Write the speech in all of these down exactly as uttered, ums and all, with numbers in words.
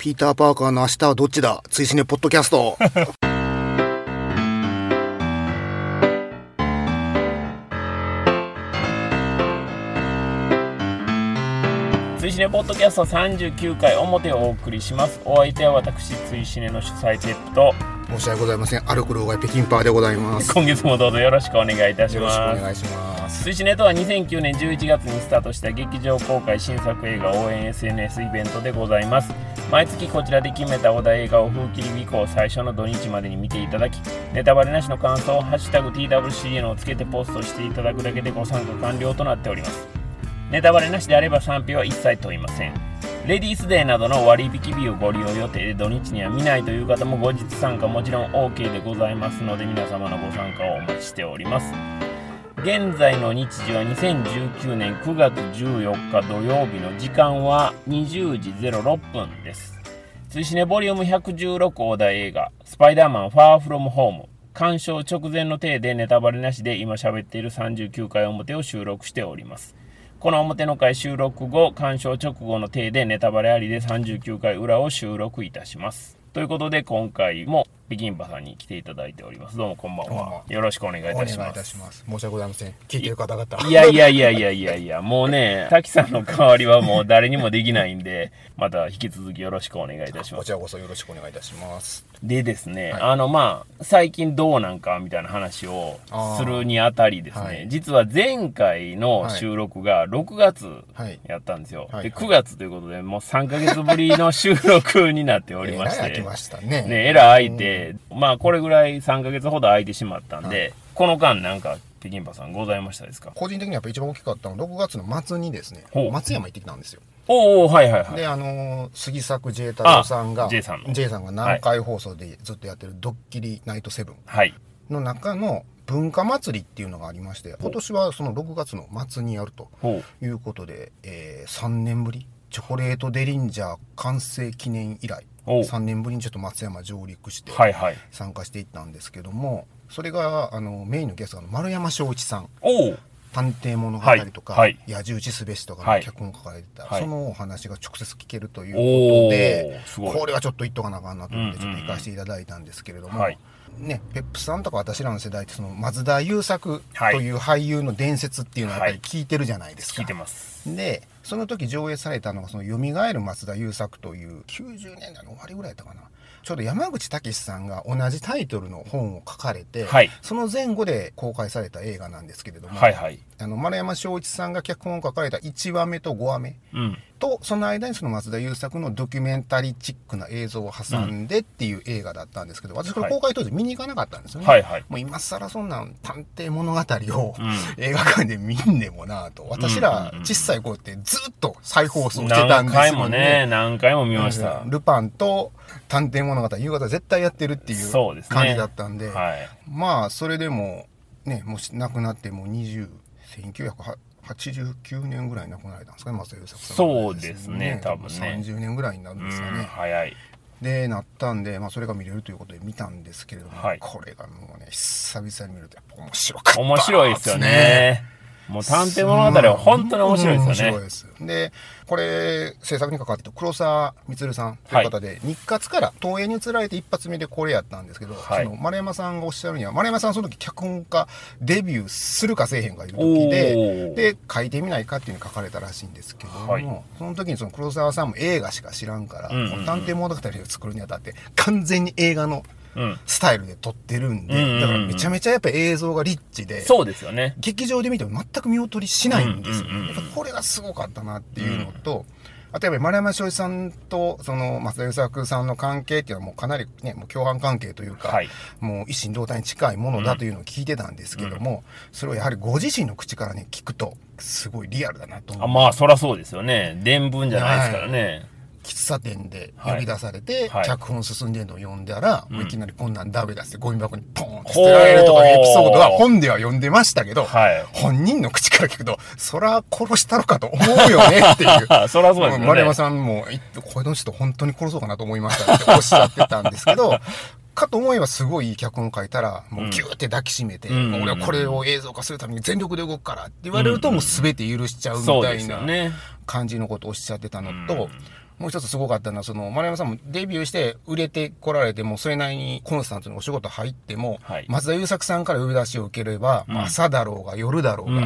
ピーター・パーカーの明日はどっちだ追試ねポッドキャスト追試ねポッドキャストさんじゅうきゅうかい表をお送りします。お相手は私追試ねの主催テップと申し訳ございません、アルクローガイ北京パーでございます。 今月もどうぞよろしくお願いいたします。 よろしくお願いします。 追試ねとはにせんきゅうねんじゅういちがつにスタートした劇場公開新作映画応援 エスエヌエス イベントでございます。毎月こちらで決めたお題映画を風切り以降最初の土日までに見ていただき、ネタバレなしの感想をハッシュタグ ティーダブリューシーエヌ をつけてポストしていただくだけでご参加完了となっております。ネタバレなしであれば賛否は一切問いません。レディースデーなどの割引日をご利用予定で土日には見ないという方も後日参加もちろん OK でございますので、皆様のご参加をお待ちしております。現在の日時はにせんじゅうきゅうねんくがつじゅうよっか土曜日の時間はにじゅうじゼロろっぷんです。追試ねボリュームひゃくじゅうろくお題映画スパイダーマンファーフロムホーム鑑賞直前の体でネタバレなしで今喋っているさんじゅうきゅうかい表を収録しております。この表の回収録後、鑑賞直後の体でネタバレありでさんじゅうきゅうかい裏を収録いたします。ということで今回も北京パさんに来ていただいております。どうもこんばんは。よろしくお願いいたします。 お願いいたします。申し訳ございません。聞いてる方々。 いやいやいやいやいやいや、もうね、滝さんの代わりはもう誰にもできないんで、また引き続きよろしくお願いいたします。 こちらこそよろしくお願いいたします。 でですね、 はい、 あのまあ最近どうなんかみたいな話をするにあたりですね、はい、実は前回の収録がろくがつやったんですよ、はい、でくがつということでもうさんかげつぶりの収録になっておりまして、 えらい空きましたね。 ね、えらい空いて、まあこれぐらいさんかげつほど空いてしまったんで、はい、この間なんか北京パさんございましたですか？ 個人的にやっぱ一番大きかったのはろくがつの末にですね、松山行ってきたんですよ。 おお、はいはいはい。 で、あのー、杉作 J 太郎さんが J さんの J さんが南海放送でずっとやってるドッキリナイトセブンの中の文化祭りっていうのがありまして、今年はそのろくがつの末にやるということで、えー、さんねんぶりチョコレートデリンジャー完成記念以来さんねんぶりにちょっと松山上陸して参加していったんですけども、はいはい、それがあのメインのゲストが丸山正一さん、探偵物語とか、はい、矢印すべしとかの脚本を書かれてた、はい、そのお話が直接聞けるということで、これはちょっと言っとかなあかんなと思ってちょっと行かせていただいたんですけれども、うんうんうんね、ペップさんとか私らの世代ってその松田優作という俳優の伝説っていうのはやっぱり聞いてるじゃないですか、 はい、聞いてます。でその時上映されたのがその蘇る松田優作というきゅうじゅうねんだいの終わりぐらいだったかな、ちょうど山口武さんが同じタイトルの本を書かれて、はい、その前後で公開された映画なんですけれども、はいはい、あの丸山正一さんが脚本を書かれたいちわめとごわめ、うん、とその間にその松田優作のドキュメンタリーチックな映像を挟んでっていう映画だったんですけど、私これ公開当時見に行かなかったんですよね、はいはい、もう今更そんな探偵物語を、うん、映画館で見んでもなと、私ら小さい頃ってずっと再放送してたんですよね。 何回もね何回も見ました。 ルパンと探偵物語夕方絶対やってるっていう感じだったんで、で、ねはい、まあそれでもねもし亡くなってもうにじゅうせんきゅうひゃくはちじゅうきゅうねんぐらい亡くなられたんですかね、松田優作さん、ね、 そうですね多分ねさんじゅうねんぐらいになるんですかね。 早いでなったんで、まあ、それが見れるということで見たんですけれども、はい、これがもうね久々に見るとやっぱ面白かった、ね、 面白いですよね。もう探偵物語は本当に面白いですよね。面白いです。 で、これ制作に関わって黒沢充さんという方で、はい、日活から東映に移られて一発目でこれやったんですけど、はい、その丸山さんがおっしゃるには、丸山さんはその時脚本家デビューするかせえへんかいう時で、で書いてみないかっていうのを書かれたらしいんですけども、はい、その時にその黒沢さんも映画しか知らんから、うんうんうん、この探偵物語を作るにあたって完全に映画のうん、スタイルで撮ってるんで、うんうんうん、だからめちゃめちゃやっぱ映像がリッチで、 そうですよね。 劇場で見ても全く見劣りしないんですよ、うんうんうん、やっぱこれがすごかったなっていうのと、うん、あとやっぱり丸山正一さんとその松田優作さんの関係っていうのはもうかなりねもう共犯関係というか、はい、もう一心同体に近いものだというのを聞いてたんですけども、うん、それをやはりご自身の口からね聞くとすごいリアルだなと思う。 あ、まあそりゃそうですよね。伝聞じゃないですからね、はい、 喫茶店で呼び出されて、はい、脚本進んでるのを読んだら、はい、もういきなりこんなんダメ出してゴミ箱にポーンって捨てられるとかエピソードは本では読んでましたけど、はい、本人の口から聞くとそら殺したのかと思うよねっていうそらそうですよね。 丸山さんもこの人本当に殺そうかなと思いましたっておっしゃってたんですけどかと思えばすごいいい脚本を書いたらもうギューって抱きしめて、うん、俺はこれを映像化するために全力で動くからって言われるともう全て許しちゃうみたいな感じのことをおっしゃってたのと、 もう一つすごかったのは、その、丸山さんもデビューして売れてこられても、それなりにコンスタントにお仕事入っても、はい、松田優作さんから呼び出しを受ければ、うん、朝だろうが夜だろうが、うんうんうん、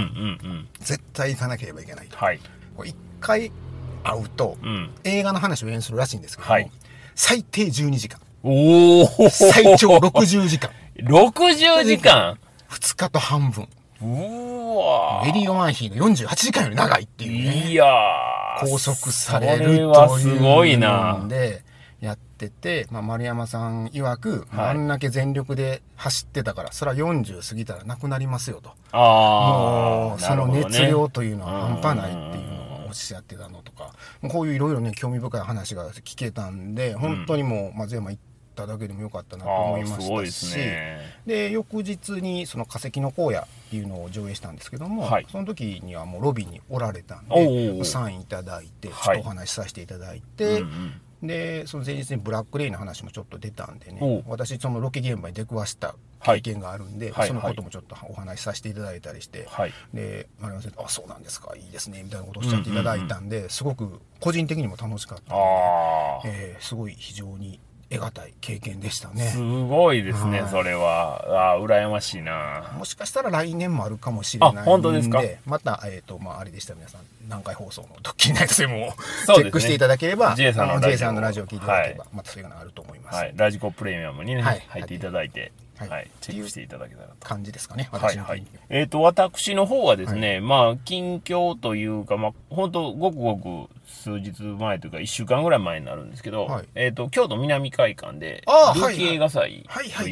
絶対行かなければいけないと。はい、一回会うと、うん、映画の話を演するらしいんですけども、はい、最低じゅうにじかん。おー最長ろくじゅうじかん。 ろくじゅうじかん ? ふつ 日と半分。 うわエディ・オマンヒーのよんじゅうはちじかんより長いっていうね。 いやー。拘束されるという。 それはすごいな。 で、やってて、まあ、丸山さん曰く、はい、あんだけ全力で走ってたから、それはよんじゅう過ぎたらなくなりますよと。あもう、その熱量というのは半端ないっていうのをおっしゃってたのとか、こういういろいろね、興味深い話が聞けたんで、本当にもう、松山行っただけでもよかったなと思いましたし、すごいですね、で翌日にその化石の荒野っていうのを上映したんですけども、はい、その時にはもうロビーにおられたんでサインいただいてちょっとお話しさせていただいて、はいうんうん、でその前日にブラックレイの話もちょっと出たんでね、私そのロケ現場に出くわした経験があるんで、はい、そのこともちょっとお話しさせていただいたりして、はい、で丸山先生あそうなんですかいいですねみたいなことをおっしゃっていただいたんで、うんうんうん、すごく個人的にも楽しかったので、えー、すごい非常に得難い経験でしたね。 すごいですね、はい、それは。あ羨ましいな。 もしかしたら来年もあるかもしれないんで、 あ本当ですか。 また、えっ、ー、と、まあ、あれでしたら皆さん、南海放送のドッキリナイトセブンをチェックしていただければ、 J さんのラジオ、 J さんのラジオを聞いていただければ、はい、またそういうのがあると思います。 はい、ラジコプレミアムにね、はい、入っていただいて、はいはい、チェックしていただけたらと。 感じですかね、私の、 はいはい。えっ、ー、と、私の方はですね、はい、まあ、近況というか、まあ、本当ごくごく数日前というか、いっしゅうかんぐらい前になるんですけど、はい、えっ、ー、と、京都南会館で、ルーキー映画祭という、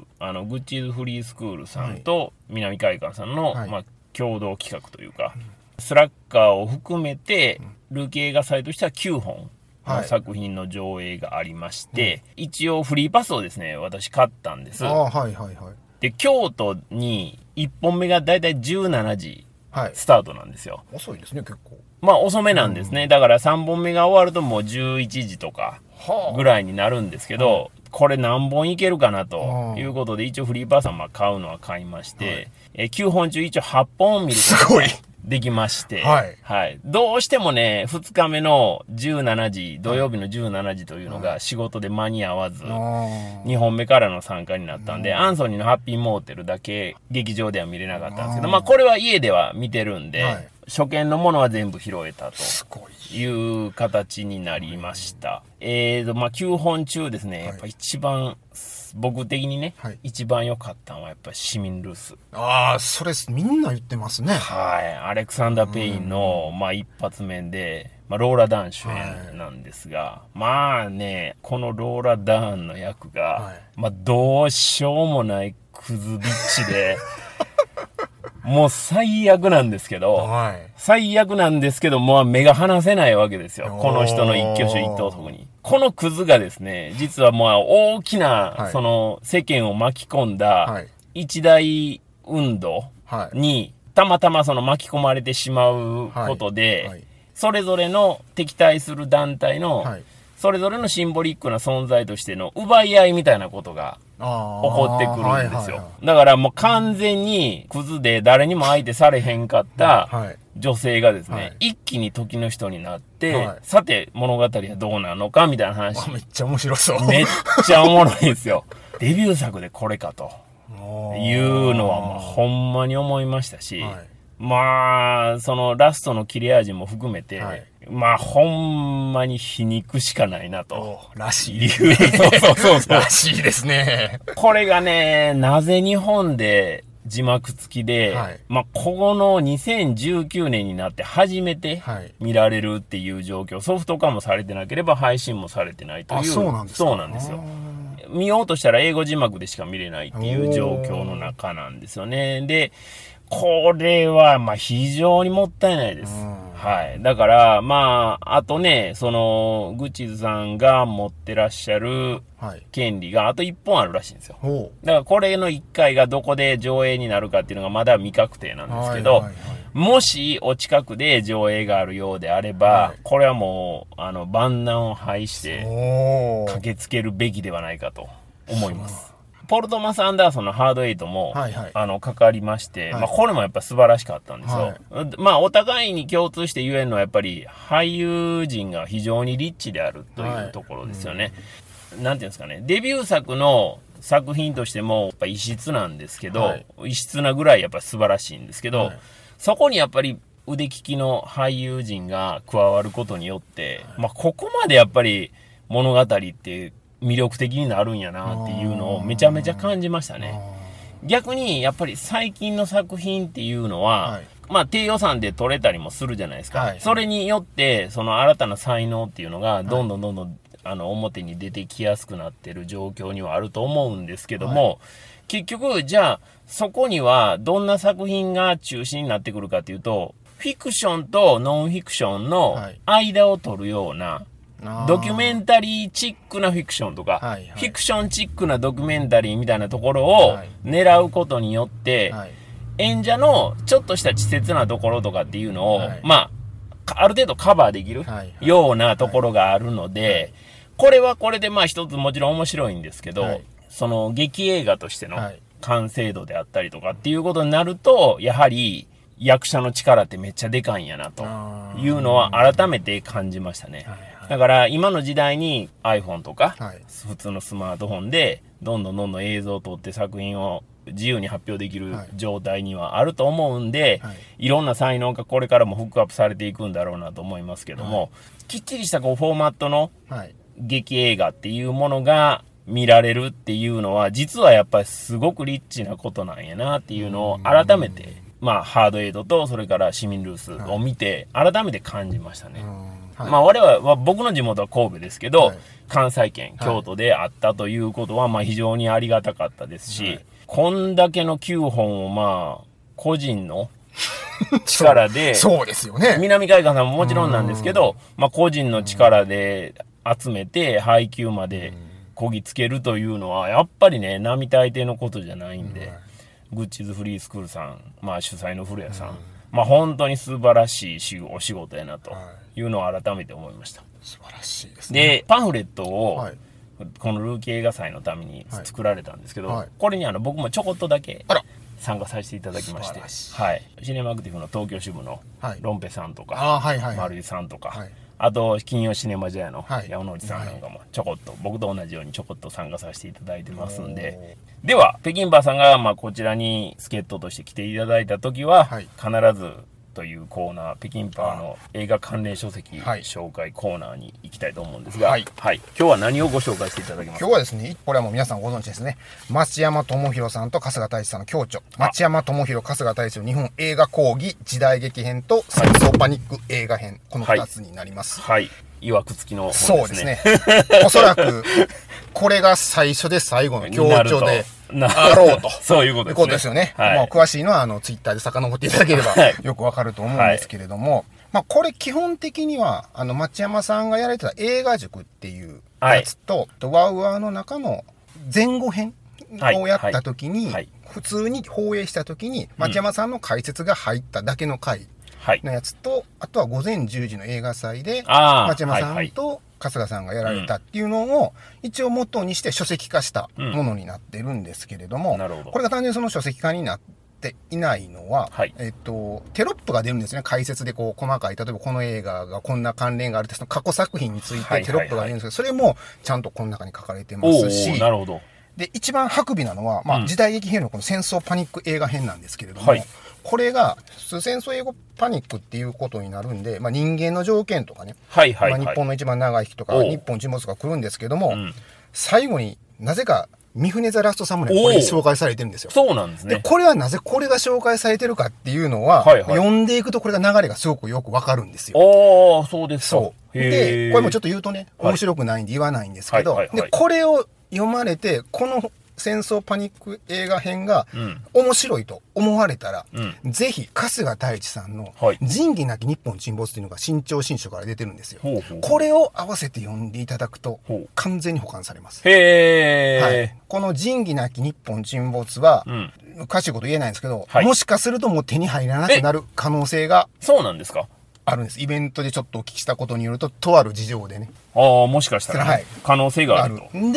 あの、グッチーズフリースクールさんと南会館さんの、はい、まあ、共同企画というか、スラッガーを含めて、ルーキー映画祭としてはきゅうほん、の作品の上映がありまして、はいうん、一応フリーパスをですね、私買ったんです。あはいはいはい。で、京都にいっぽんめがだいたいじゅうしちじスタートなんですよ。 はい、遅いですね、結構。 まあ遅めなんですね。うん、だからさんぼんめが終わるともうじゅういちじとかぐらいになるんですけど、はあ、これ何本いけるかなということで、一応フリーパスはまあ買うのは買いまして、はい、えきゅうほん中一応はっぽん見ることができまして、はい。はい。どうしてもね、ふつかめのじゅうしちじ、土曜日のじゅうしちじというのが仕事で間に合わず、にほんめからの参加になったんで、アンソニーのハッピーモーテルだけ劇場では見れなかったんですけど、まあこれは家では見てるんで、はい、初見のものは全部拾えたという形になりました。えーと、まあきゅうほん中ですね、やっぱ一番、僕的にね、はい、一番良かったのはやっぱり市民ルース。 ああ、それみんな言ってますね。 はい。アレクサンダー・ペインの、まあ一発目で、まあローラ・ダーン主演なんですが、はい、まあね、このローラ・ダーンの役が、はい、まあどうしようもないクズビッチで、もう最悪なんですけど、はい、最悪なんですけど、もう目が離せないわけですよ。この人の一挙手一投足に。このクズがですね、実はまあ大きな、はい、その世間を巻き込んだ一大運動にたまたまその巻き込まれてしまうことで、はいはい、それぞれの敵対する団体の、はい、それぞれのシンボリックな存在としての奪い合いみたいなことが起こってくるんですよ。だからもう完全にクズで誰にも相手されへんかった女性がですね、はい、一気に時の人になって、はい、さて物語はどうなのかみたいな話。 めっちゃ面白そう。 めっちゃおもろいんですよ。デビュー作でこれかというのはもうほんまに思いましたし、はい、まあそのラストの切れ味も含めて、はい、まあほんまに皮肉しかないなと。 らしい。 そうそうそうそう。 らしいですね。 これがね、なぜ日本で字幕付きで、はい、まあこのにせんじゅうきゅうねんになって初めて見られるっていう状況、ソフト化もされてなければ配信もされてないという。あ、 そうなんですか。 そうなんですよ。見ようとしたら英語字幕でしか見れないっていう状況の中なんですよね。で、これはまあ非常にもったいないです。はい。だから、まあ、あとね、その、グッチーズさんが持ってらっしゃる権利があといっぽんあるらしいんですよ。はい、だからこれのいっかいがどこで上映になるかっていうのがまだ未確定なんですけど、はいはいはい、もしお近くで上映があるようであれば、はい、これはもう、あの、万難を排して駆けつけるべきではないかと思います。 ポール・トマス・アンダーソンのハードエイトも、 はいはい、 あの、かかりまして、はい、まあ、これもやっぱ素晴らしかったんですよ。はい、まあ、お互いに共通して言えるのは、やっぱり、俳優陣が非常にリッチであるというところですよね。はい、うん、なんていうんですかね、デビュー作の作品としても、やっぱ異質なんですけど、はい、異質なぐらいやっぱ素晴らしいんですけど、はい、そこにやっぱり腕利きの俳優陣が加わることによって、はい、まあ、ここまでやっぱり物語って魅力的になるんやなっていうのをめちゃめちゃ感じましたね。逆にやっぱり最近の作品っていうのは、はい、まあ低予算で撮れたりもするじゃないですか。はい、それによってその新たな才能っていうのがどんどんどんどん、はい、あの表に出てきやすくなってる状況にはあると思うんですけども、はい、結局じゃあそこにはどんな作品が中心になってくるかというと、フィクションとノンフィクションの間を取るような、はい、ドキュメンタリーチックなフィクションとか、はいはい、フィクションチックなドキュメンタリーみたいなところを狙うことによって、はい、演者のちょっとした稚拙なところとかっていうのを、はい、まあ、ある程度カバーできるようなところがあるので、はいはい、これはこれでまあ一つもちろん面白いんですけど、はい、その劇映画としての完成度であったりとかっていうことになると、やはり役者の力ってめっちゃでかいんやなというのは改めて感じましたね。だから今の時代に iPhone とか普通のスマートフォンでどんどんどんどん映像を撮って作品を自由に発表できる状態にはあると思うんで、はい、いろんな才能がこれからもフックアップされていくんだろうなと思いますけども、はい、きっちりしたこうフォーマットの劇映画っていうものが見られるっていうのは実はやっぱりすごくリッチなことなんやなっていうのを改めて、まあハードエイドとそれから市民ルースを見て改めて感じましたね。はい、まあ我々は僕の地元は神戸ですけど、はい、関西圏京都であったということはまあ非常にありがたかったですし、はい、こんだけのきゅうほんをまあ個人の力でそうですよね。 南海岸さんももちろんなんですけど、まあ個人の力で集めて配給までこぎつけるというのはやっぱりね並大抵のことじゃないんで、グッチズフリースクールさん、まあ主催の古谷さん、まあ本当に素晴らしいお仕事やなというのを改めて思いました。 素晴らしいですね。 でパンフレットを、はい、このルーキー映画祭のために作られたんですけど、はい、これにあの僕もちょこっとだけ参加させていただきまして、はい、シネマアクティブの東京支部のロンペさんとか、はいはいはい、丸井さんとか、はい、あと金曜シネマジャーの山之内さんなんかもちょこっと、はい、僕と同じようにちょこっと参加させていただいてますんで、では北京バーさんがまあこちらに助っ人として来ていただいた時は、はい、必ずというコーナー、北京パーの映画関連書籍紹介コーナーに行きたいと思うんですが、はいはい、今日は何をご紹介していただけますか？ 今日はですね、これはもう皆さんご存知ですね、町山智博さんと春日太一さんの共著、町山智博春日太一の日本映画講義時代劇編と戦争パニック映画編、このふたつになります。 はい、いわくつきの本ですね。そうですね。おそらくこれが最初で最後の共著であろうとそういうことですね。 いうことですよね。はい、まあ詳しいのはあのツイッターで遡っていただければよくわかると思うんですけれども、はい、まあこれ基本的にはあの町山さんがやられてた映画塾っていうやつと、はい、ワウワウの中の前後編をやった時に、はいはい、普通に放映した時に町山さんの解説が入っただけの回のやつと、はい、あとは午前じゅうじの映画祭で町山さんと春日さんがやられたっていうのを一応元にして書籍化したものになってるんですけれども、うん、なるほど。これが単純にその書籍化になっていないのは、はい、えっと、テロップが出るんですね。解説でこう細かい、例えばこの映画がこんな関連があるって、その過去作品についてテロップが出るんですけど、それもちゃんとこの中に書かれてますし、 なるほど。 で、一番ハクビなのは、まあ、時代劇編のこの戦争パニック映画編なんですけれども、はい、これが戦争英語パニックっていうことになるんで、まあ、人間の条件とかね、はいはいはい、まあ、日本の一番長い日とか日本沈没が来るんですけども、うん、最後になぜか三船ザラストサムネこれ紹介されてるんですよ。 そうなんですね。 でこれはなぜこれが紹介されてるかっていうのは、はいはい、読んでいくとこれが流れがすごくよくわかるんですよ。 ああ、そうですか。 そう。で、これもちょっと言うとね、面白くないんで言わないんですけど、はいはいはいはい、でこれを読まれてこの戦争パニック映画編が面白いと思われたら、うん、ぜひ春日太一さんの仁義なき日本沈没というのが新潮新書から出てるんですよ。ほうほう。これを合わせて読んでいただくと完全に保管されます。 へー、はい、 この仁義なき日本沈没は、うん、詳しいこと言えないんですけど、はい、もしかするともう手に入らなくなる可能性がそうなんですかあるんです。イベントでちょっとお聞きしたことによると、とある事情でね。 ああ、もしかしたら、ね、はい、可能性があると。 で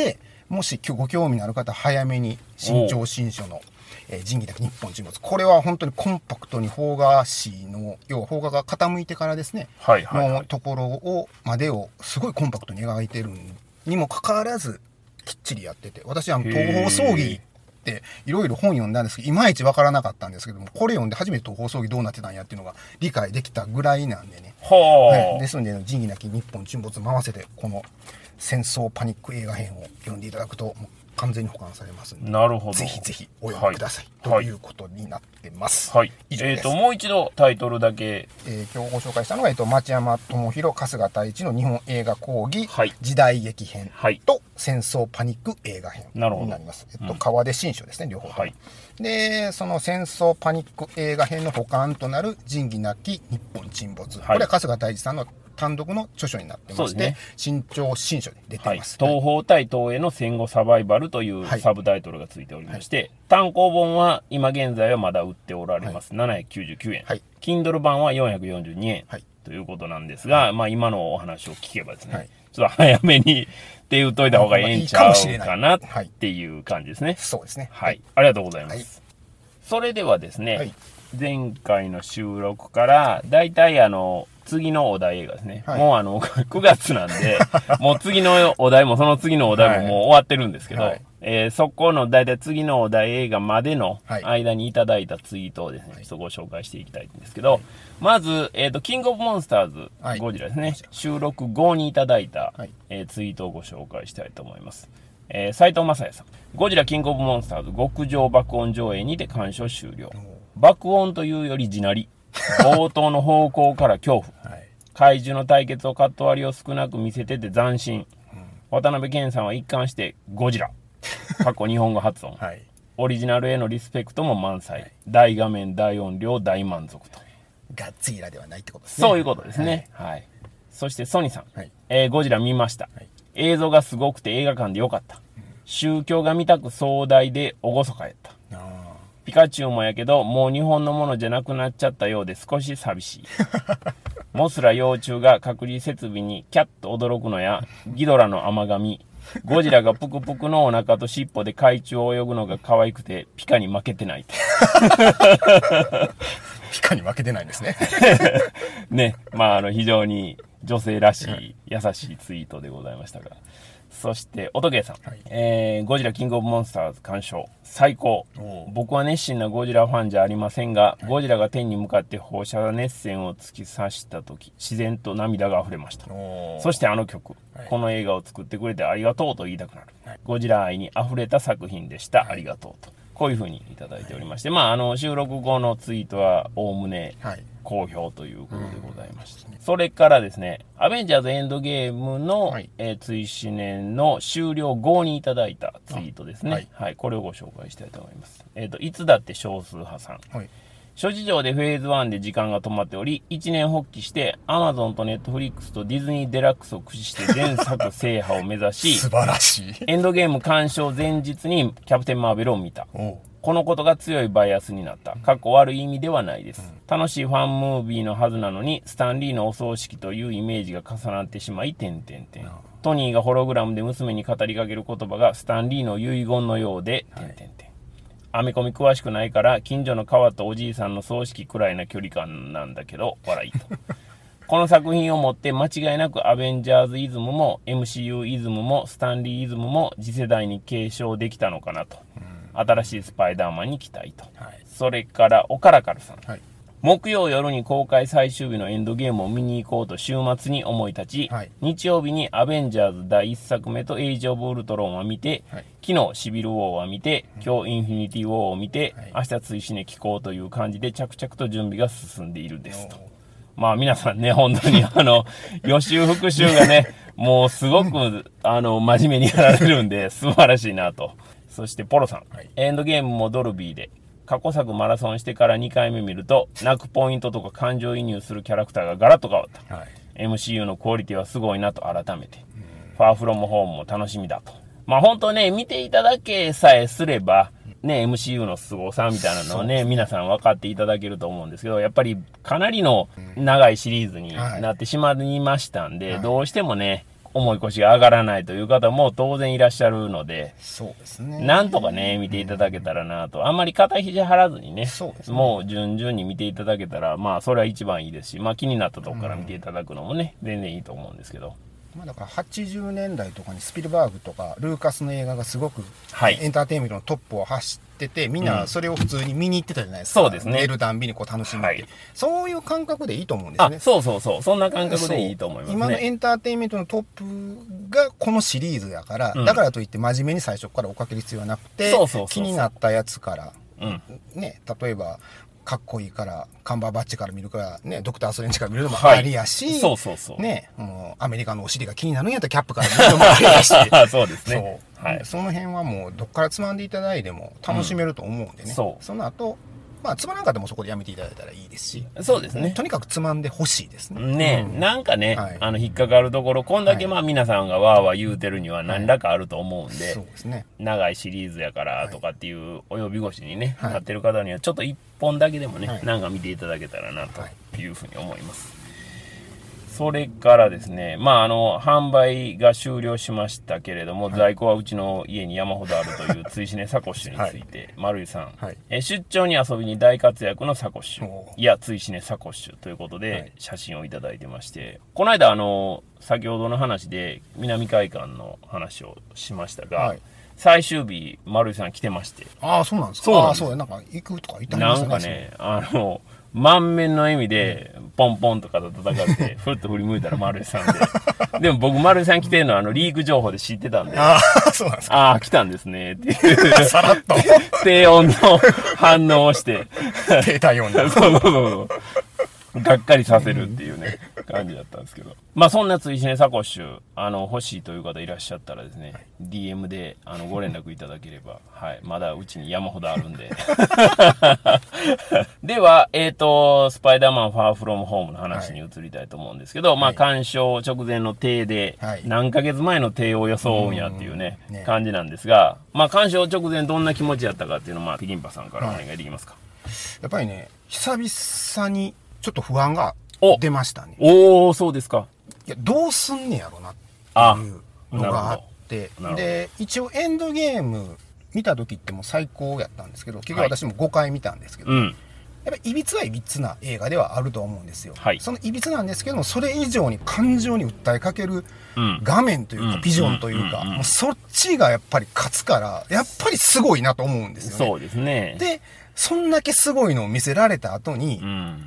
もしご興味のある方早めに新潮新書のえー、仁義なき日本沈没、これは本当にコンパクトに邦画史の要は邦画が傾いてからですね、 はいはいはい、 のところをまでをすごいコンパクトに描いてるにもかかわらずきっちりやってて、私は東方葬儀っていろいろ本読んだんですけどいまいちわからなかったんですけども、これ読んで初めて東方葬儀どうなってたんやっていうのが理解できたぐらいなんでね、はい、ですので仁義なき日本沈没回せてこの戦争パニック映画編を読んでいただくともう完全に保管されますので、 なるほど、 ぜひぜひお読みください、はい、ということになってます。 はい、以上です。えーともう一度タイトルだけ、 えー、今日ご紹介したのが、えーと町山智博春日太一の日本映画講義、はい、時代劇編と戦争パニック映画編になります。えっと、川出新書ですね、両方とも、はい、でその戦争パニック映画編の補完となる仁義なき日本沈没、はい、これは春日太一さんの単独の著書になってまして、ね、新潮新書で出ています、 はい、東宝対東映の戦後サバイバルというサブタイトルがついておりまして、はい、単行本は今現在はまだ売っておられます、はい、ななひゃくきゅうじゅうきゅうえん、はい、Kindle 版はよんひゃくよんじゅうにえん、はい、ということなんですが、まあ、今のお話を聞けばですね、はい、ちょっと早めにって言っといた方がええんちゃうかなっていう感じですね。 そうですね、 はい、ありがとうございます、はい、それではですね、はい、前回の収録からだいたいあの次のお題映画ですね、はい、もうあのくがつなんでもう次のお題もその次のお題ももう終わってるんですけど、はい、えー、そこのだいたい次のお題映画までの間にいただいたツイートをですね、はい、ちょっとご紹介していきたいんですけど、はい、まず、えーと、キングオブモンスターズ、はい、ゴジラですね、収録後にいただいた、はい、えー、ツイートをご紹介したいと思います。えー、斉藤正也さん、ゴジラキングオブモンスターズ極上爆音上映にて鑑賞終了。爆音というより地鳴り、冒頭の方向から恐怖、はい、怪獣の対決をカット割りを少なく見せてて斬新、うん、渡辺謙さんは一貫してゴジラ過去日本語発音、はい、オリジナルへのリスペクトも満載、はい、大画面大音量大満足と、 ガッツイラではないってことですね。 そういうことですね、はいはい、そしてソニさん、はい、えー、ゴジラ見ました、はい、映像がすごくて映画館でよかった、うん、宗教が見たく壮大で厳かやった、ピカチュウもやけどもう日本のものじゃなくなっちゃったようで少し寂しいモスラ幼虫が隔離設備にキャッと驚くのやギドラの甘噛み、ゴジラがプクプクのお腹と尻尾で海中を泳ぐのが可愛くてピカに負けてないピカに負けてないんですねね、まああの非常に女性らしい優しいツイートでございましたが、そして音ゲーさん、はい、えー、ゴジラキングオブモンスターズ鑑賞最高。僕は熱心なゴジラファンじゃありませんが、はい、ゴジラが天に向かって放射熱線を突き刺した時自然と涙が溢れました。そしてあの曲、はい、この映画を作ってくれてありがとうと言いたくなる、はい、ゴジラ愛に溢れた作品でした、はい、ありがとうとこういう風にいただいておりまして、はい、まああの収録後のツイートはおおむね好評ということでございました、はい、うん、それからですね、アベンジャーズエンドゲームの、はい、えー、追試年の終了後にいただいたツイートですね、はい、はい、これをご紹介したいと思います。えっと、いつだって少数派さん、はい、諸事情でフェーズワンで時間が止まっており、一年発起して Amazon と Netflix とディズニーデラックスを駆使して全作制覇を目指し素晴らしい。 エンドゲーム鑑賞前日にキャプテンマーベルを見た。このことが強いバイアスになった。かっこ悪い意味ではないです。楽しいファンムービーのはずなのに、スタンリーのお葬式というイメージが重なってしまい、点々点。トニーがホログラムで娘に語りかける言葉がスタンリーの遺言のようで、点々点。アメコミ詳しくないから、近所の川とおじいさんの葬式くらいな距離感なんだけど、笑いと。この作品をもって間違いなくアベンジャーズイズムも エムシーユー イズムもスタンリーイズムも次世代に継承できたのかなと。新しいスパイダーマンに期待と、はい、それからオカラカルさん、はい、木曜夜に公開最終日のエンドゲームを見に行こうと週末に思い立ち、はい、日曜日にアベンジャーズだいいっさくめとエイジオブウルトロンは見て、はい、昨日シビルウォーは見て、今日インフィニティウォーを見て、はい、明日追試ね聞こうという感じで着々と準備が進んでいるですと。まあ皆さんね、本当にあの予習復習がねもうすごくあの真面目にやられるんで素晴らしいなと。そしてポロさん、はい、エンドゲームもドルビーで過去作マラソンしてからにかいめ見ると泣くポイントとか感情移入するキャラクターがガラッと変わった、はい、エムシーユー のクオリティはすごいなと改めて、ファーフロムホームも楽しみだと。まあ本当ね、見ていただけさえすればね エムシーユー の凄さみたいなのをね皆さん分かっていただけると思うんですけど、やっぱりかなりの長いシリーズになってしまいましたんで、はい、どうしてもね重い腰が上がらないという方も当然いらっしゃるので、 そうですね。 なんとかね、見ていただけたらなと。あんまり肩肘張らずにね、 そうですね。 もう順々に見ていただけたら、まあ、それは一番いいですし、まあ、気になったところから見ていただくのもね、うん、全然いいと思うんですけど。 まあ、だからはちじゅうねんだいとかにスピルバーグとかルーカスの映画がすごくエンターテインメントのトップを走ってて、みんなそれを普通に見に行ってたじゃないですか、 うん、そうですね。 出るたんびにこう楽しんで、はい、そういう感覚でいいと思うんですね。 あ、そうそうそう、そんな感覚でいいと思いますね。 今のエンターテインメントのトップがこのシリーズやから、うん、だからといって真面目に最初から追っかける必要はなくて、そうそうそうそう、気になったやつから、うん、ね、例えばかっこいいからカンバーバッチから見るからね、ドクターストレンジから見るのもありやし、はい、 そうそうそうね、もうアメリカのお尻が気になるんやったらキャップから見るのもありやしそうですね、 そう、はい、その辺はもうどっからつまんでいただいても楽しめると思うんでね、うん、そう、その後まあつまらんかってもそこでやめていただいたらいいですし、 そうですね、 とにかくつまんでほしいですね。 ね、うん、なんかね、はい、あの引っかかるところ、こんだけまあ皆さんがわーわー言うてるには何らかあると思うんで、はい、そうですね、長いシリーズやからとかっていう及び腰にね、はい、なってる方にはちょっと一本だけでもね、はい、なんか見ていただけたらなというふうに思います。はい、それからですね、まああの販売が終了しましたけれども、はい、在庫はうちの家に山ほどあるという追試ねサコッシュについて、はい、丸井さん、はい、え出張に遊びに大活躍のサコッシュいや追試ねサコッシュということで、はい、写真をいただいてまして、この間あの先ほどの話で南海岸の話をしましたが、はい、最終日丸井さん来てまして、 ああそうなんですか。そうなんです。ああそうや、なんか行くとか言ってましたね。 なんかね、あの満面の笑みでポンポンとかと叩かれてふっと振り向いたら丸井さんででも僕丸井さん来てるのはあのリーク情報で知ってたんで、 ああそうなんですか。 ああ来たんですねっていうさらっと低音の反応をして低体温でそうそうそうがっかりさせるっていうね感じだったんですけど、まあそんな追試ねサコッシュあの欲しいという方いらっしゃったらですね、はい、ディーエム であのご連絡いただければ、はい、まだうちに山ほどあるんでではえっ、ー、とスパイダーマンファーフロムホームの話に移りたいと思うんですけど、はい、まあ鑑賞直前の体で、はい、何ヶ月前の体を装うんやっていうね、ね感じなんですが、まあ鑑賞直前どんな気持ちやったかっていうのをまあピキンパさんからお願いできますか。 はい、やっぱりね久々にちょっと不安が出ましたね。 おお、そうですか。 いや、どうすんねやろなっていうのがあって、で、一応エンドゲーム見た時ってもう最高やったんですけど、結局私もごかい見たんですけど、はい、うん、やっぱりいびつはいびつな映画ではあると思うんですよ。はい、そのいびつなんですけども、それ以上に感情に訴えかける画面というか、うん、ビジョンというか、もうそっちがやっぱり勝つから、やっぱりすごいなと思うんですよね。 そうですね。 で、そんだけすごいのを見せられた後に、うん、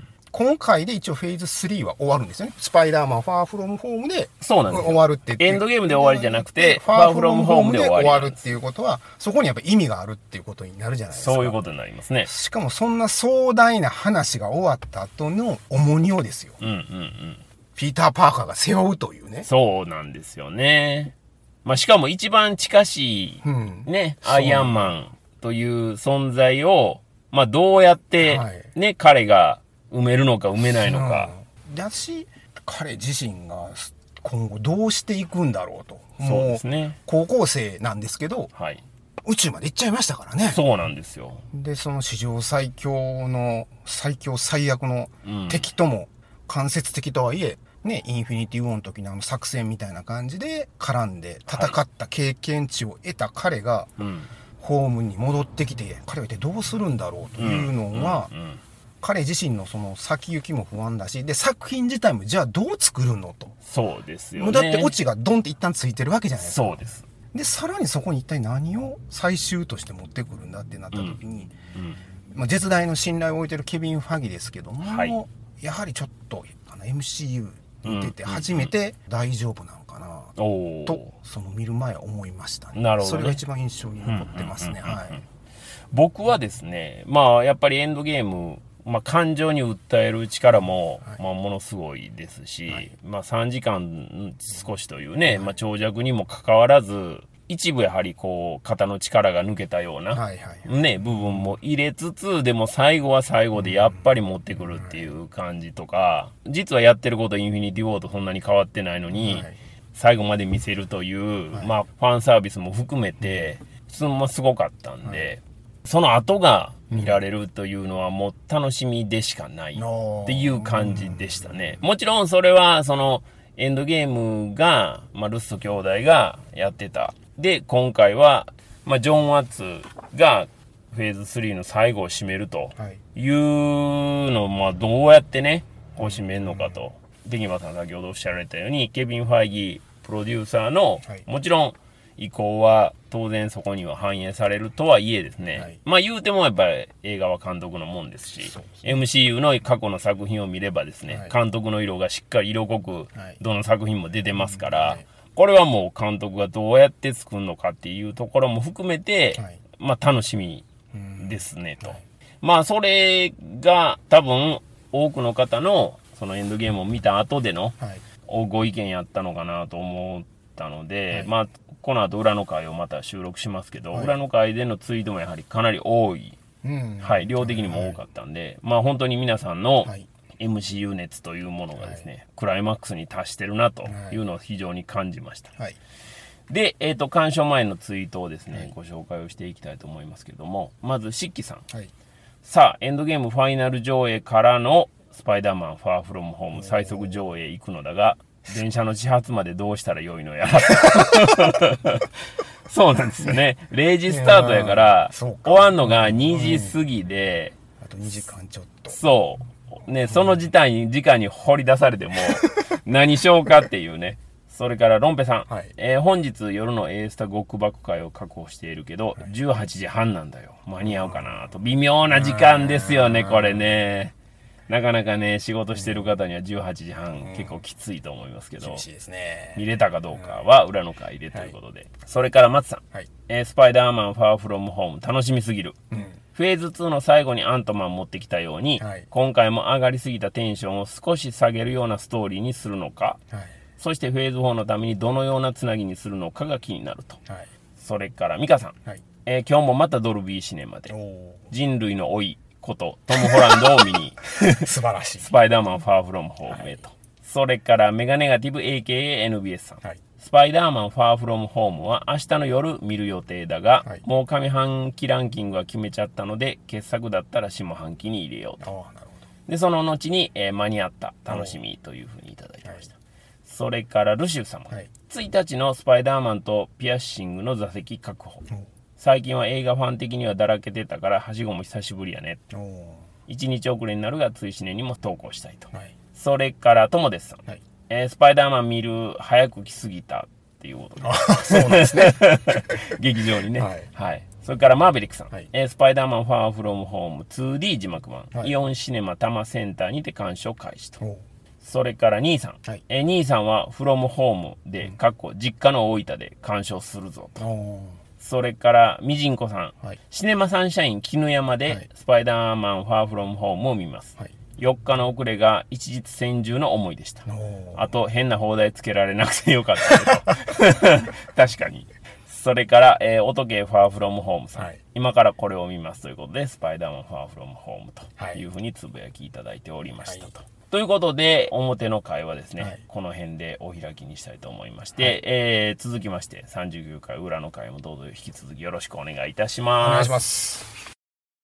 今回で一応フェーズスリーは終わるんですよね。スパイダーマンファーフロムホームで終わるって言って。 エンドゲームで終わりじゃなくて、 ファーフロムホームで終わるっていうことは、そこにやっぱ意味があるっていうことになるじゃないですか。 そういうことになりますね。 しかもそんな壮大な話が終わった後の重荷をですよ。 うんうんうん。 ピーター・パーカーが背負うというね。 そうなんですよね。まあしかも一番近しい、ね、うん、アイアンマンという存在を、まあどうやってね、はい、彼が埋めるのか埋めないのか、 うん、だし彼自身が今後どうしていくんだろうと。 そうですね、 もう高校生なんですけど、はい、宇宙まで行っちゃいましたからね。 そうなんですよ。 でその史上最強の最強最悪の敵とも、間接的とはいえね、インフィニティウォーの時のあの作戦みたいな感じで絡んで戦った経験値を得た彼が、はい、うん、ホームに戻ってきて彼は一体どうするんだろうというのは、うんうんうん、彼自身のその先行きも不安だし、で作品自体もじゃあどう作るのと。 そうですよね。 だってオチがドンって一旦ついてるわけじゃないですか。 そうです。 でさらにそこに一体何を最終として持ってくるんだってなった時に、うんうん、まあ、絶大の信頼を置いてるケビン・ファギですけども、はい、やはりちょっとあの エムシーユー に出て初めて大丈夫なのかなと、その見る前思いましたね。 なるほどね。 それが一番印象に残ってますね。はい。 僕はですね、まあやっぱりエンドゲーム、まあ感情に訴える力も、はい、まあものすごいですし、はい、まあさんじかん少しというね、はい、まあ長尺にもかかわらず、一部やはりこう肩の力が抜けたような、はいはいはい、ね、部分も入れつつ、でも最後は最後でやっぱり持ってくるっていう感じとか、実はやってることインフィニティウォーとそんなに変わってないのに、はい、最後まで見せるという、はい、まあファンサービスも含めて、すごかったんで、はい、その後が見られるというのはもう楽しみでしかないっていう感じでしたね。もちろんそれはそのエンドゲームが、まあ、ルッソ兄弟がやってた。で、今回は、まあ、ジョン・ワッツがフェーズスリーの最後を締めるというのを、まあ、どうやってね、こう締めるのかと。デギマさん先ほどおっしゃられたように、ケビン・ファイギープロデューサーの、はい、もちろん意向は当然そこには反映されるとはいえですね、はい、まあ言うてもやっぱり映画は監督のもんですし、そうですね、エムシーユー の過去の作品を見ればですね、はい、監督の色がしっかり色濃くどの作品も出てますから、はい、これはもう監督がどうやって作るのかっていうところも含めて、はい、まあ楽しみですねと、はい、まあそれが多分多くの方のそのエンドゲームを見た後でのご意見やったのかなと思ったので、はい、まあこの後裏の回をまた収録しますけど、はい、裏の回でのツイートもやはりかなり多い、うん、はい、量的にも多かったんで、はい、まあ本当に皆さんの エムシーユー 熱というものがですね、はい、クライマックスに達してるなというのを非常に感じました。はい、で、えっと、鑑賞前のツイートをですね、はい、ご紹介をしていきたいと思いますけども、まず、しっきさん。はい、さあ、エンドゲームファイナル上映からのスパイダーマンファーフロムホーム最速上映行くのだが、電車の始発までどうしたらよいのやそうなんですよね。れいじスタートやから終わんのがにじ過ぎで、 あとにじかんちょっと。 そうね、その時間に時間に掘り出されても何しようかっていうね。それからロンペさん、はい、えー、本日夜の A スタ極爆会を確保しているけど、はい、じゅうはちじはんなんだよ。間に合うかなと。微妙な時間ですよね、これね。なかなかね、仕事してる方にはじゅうはちじはん、うん、結構きついと思いますけど、 厳しいですね。 見れたかどうかは裏の回でということで、はい、それから松さん、はい、えー、スパイダーマンファーフロムホーム楽しみすぎる、うん、フェーズツーの最後にアントマン持ってきたように、はい、今回も上がりすぎたテンションを少し下げるようなストーリーにするのか、はい、そしてフェーズフォーのためにどのようなつなぎにするのかが気になると、はい、それからミカさん、はい、えー、今日もまたドルビーシネマで人類の老いことトム・ホランドを見に素晴らしいスパイダーマンファーフロムホームへと、はい、それからメガネガティブ エーケーエーエヌビーエス さん、はい、スパイダーマンファーフロムホームは明日の夜見る予定だが、はい、もう上半期ランキングは決めちゃったので傑作だったら下半期に入れようと。あ、なるほど。でその後に、えー、間に合った楽しみというふうにいただいてました、はい、それからルシウ様、はい、ついたちのスパイダーマンとピアッシングの座席確保、最近は映画ファン的にはだらけてたからはしごも久しぶりやね。いちにち遅れになるが追試ねにも投稿したいと、はい、それからともですさん、はい、えー、スパイダーマン見る早く来すぎたっていうことでそうなんですね劇場にね、はいはい、それからマーベリックさん、はい、えー、スパイダーマンファーフロムホーム ツーディー 字幕版、はい、イオンシネマ多摩センターにて鑑賞開始と。それから兄さん、はい、えー、兄さんはフロムホームで、うん、かっこ実家の大分で鑑賞するぞと。それからみじんこさん、はい、シネマサンシャイン絹山でスパイダーマンファーフロムホームを見ます、はい、よっかの遅れが一日専従の思いでした。あと変な放題つけられなくてよかったと確かに。それから、えー、音系ファーフロムホームさん、はい、今からこれを見ますということでスパイダーマンファーフロムホームというふうにつぶやきいただいておりましたと、はい、ということで表の回はですね、はい、この辺でお開きにしたいと思いまして、はい、えー、続きましてさんじゅうきゅうかい裏の回もどうぞ引き続きよろしくお願いいたします。 お願いします。